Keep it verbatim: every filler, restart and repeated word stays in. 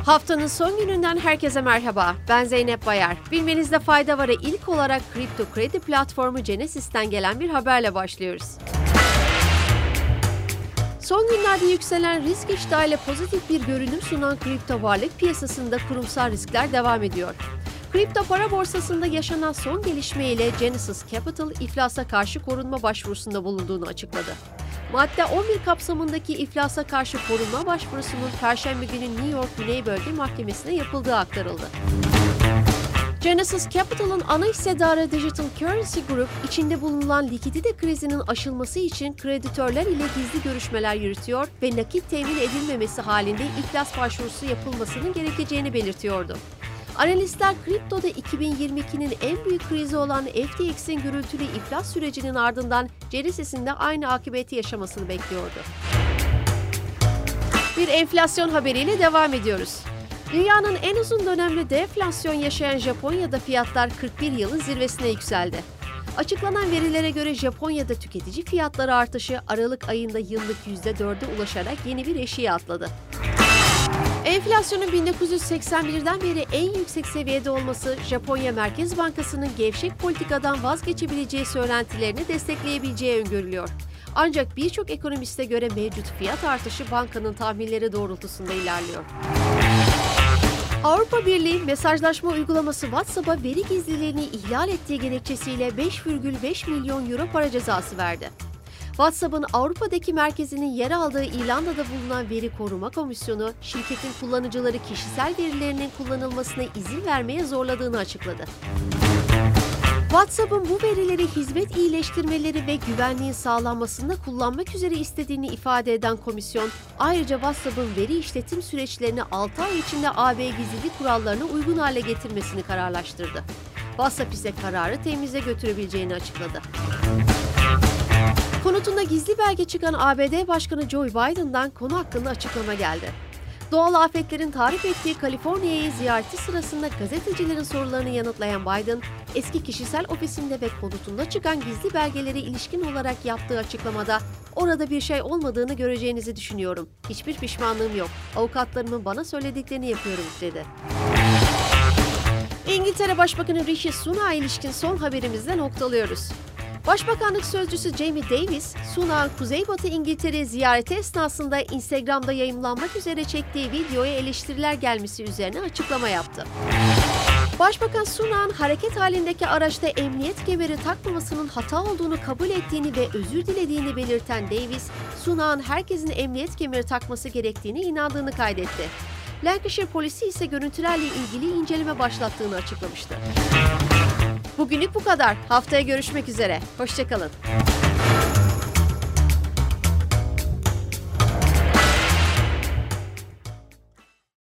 Haftanın son gününden herkese merhaba. Ben Zeynep Bayar. Bilmenizde fayda var'a ilk olarak kripto kredi platformu Genesis'ten gelen bir haberle başlıyoruz. Son günlerde yükselen risk iştahıyla pozitif bir görünüm sunan kripto varlık piyasasında kurumsal riskler devam ediyor. Kripto para borsasında yaşanan son gelişme ile Genesis Capital iflasa karşı korunma başvurusunda bulunduğunu açıkladı. Madde on bir kapsamındaki iflasa karşı korunma başvurusunun Perşembe günü New York Güney Bölge Mahkemesi'ne yapıldığı aktarıldı. Genesis Capital'ın ana hissedarı Digital Currency Group, içinde bulunan likidite krizinin aşılması için kreditörler ile gizli görüşmeler yürütüyor ve nakit temin edilmemesi halinde iflas başvurusu yapılmasının gerekeceğini belirtiyordu. Analistler kriptoda iki bin yirmi ikinin en büyük krizi olan F T X'in gürültülü iflas sürecinin ardından Genesis'in de aynı akıbeti yaşamasını bekliyordu. Bir enflasyon haberiyle devam ediyoruz. Dünyanın en uzun dönemli deflasyon yaşayan Japonya'da fiyatlar kırk bir yılın zirvesine yükseldi. Açıklanan verilere göre Japonya'da tüketici fiyatları artışı Aralık ayında yıllık yüzde dörde ulaşarak yeni bir eşiğe atladı. Enflasyonun bin dokuz yüz seksen birden beri en yüksek seviyede olması, Japonya Merkez Bankası'nın gevşek politikadan vazgeçebileceği söylentilerini destekleyebileceği öngörülüyor. Ancak birçok ekonomiste göre mevcut fiyat artışı bankanın tahminleri doğrultusunda ilerliyor. Avrupa Birliği mesajlaşma uygulaması WhatsApp'a veri gizliliğini ihlal ettiği gerekçesiyle beş virgül beş milyon euro para cezası verdi. WhatsApp'ın Avrupa'daki merkezinin yer aldığı İrlanda'da bulunan Veri Koruma Komisyonu, şirketin kullanıcıları kişisel verilerinin kullanılmasına izin vermeye zorladığını açıkladı. WhatsApp'ın bu verileri hizmet iyileştirmeleri ve güvenliğin sağlanmasında kullanmak üzere istediğini ifade eden komisyon, ayrıca WhatsApp'ın veri işletim süreçlerini altı ay içinde A B gizlilik kurallarına uygun hale getirmesini kararlaştırdı. WhatsApp ise kararı temize götürebileceğini açıkladı. Konutunda gizli belge çıkan A B D Başkanı Joe Biden'dan konu hakkında açıklama geldi. Doğal afetlerin tarif ettiği Kaliforniya'yı ziyareti sırasında gazetecilerin sorularını yanıtlayan Biden, eski kişisel ofisinde ve konutunda çıkan gizli belgelere ilişkin olarak yaptığı açıklamada "Orada bir şey olmadığını göreceğinizi düşünüyorum. Hiçbir pişmanlığım yok. Avukatlarımın bana söylediklerini yapıyorum," dedi. İngiltere Başbakanı Rishi Sunak'a ilişkin son haberimizle noktalıyoruz. Başbakanlık Sözcüsü Jamie Davis, Sunak'ın Kuzeybatı İngiltere ziyareti esnasında Instagram'da yayımlanmak üzere çektiği videoya eleştiriler gelmesi üzerine açıklama yaptı. Başbakan Sunak'ın hareket halindeki araçta emniyet kemeri takmamasının hata olduğunu kabul ettiğini ve özür dilediğini belirten Davis, Sunak'ın herkesin emniyet kemeri takması gerektiğine inandığını kaydetti. Lancashire polisi ise görüntülerle ilgili inceleme başlattığını açıklamıştı. Bugünlük bu kadar. Haftaya görüşmek üzere. Hoşça kalın.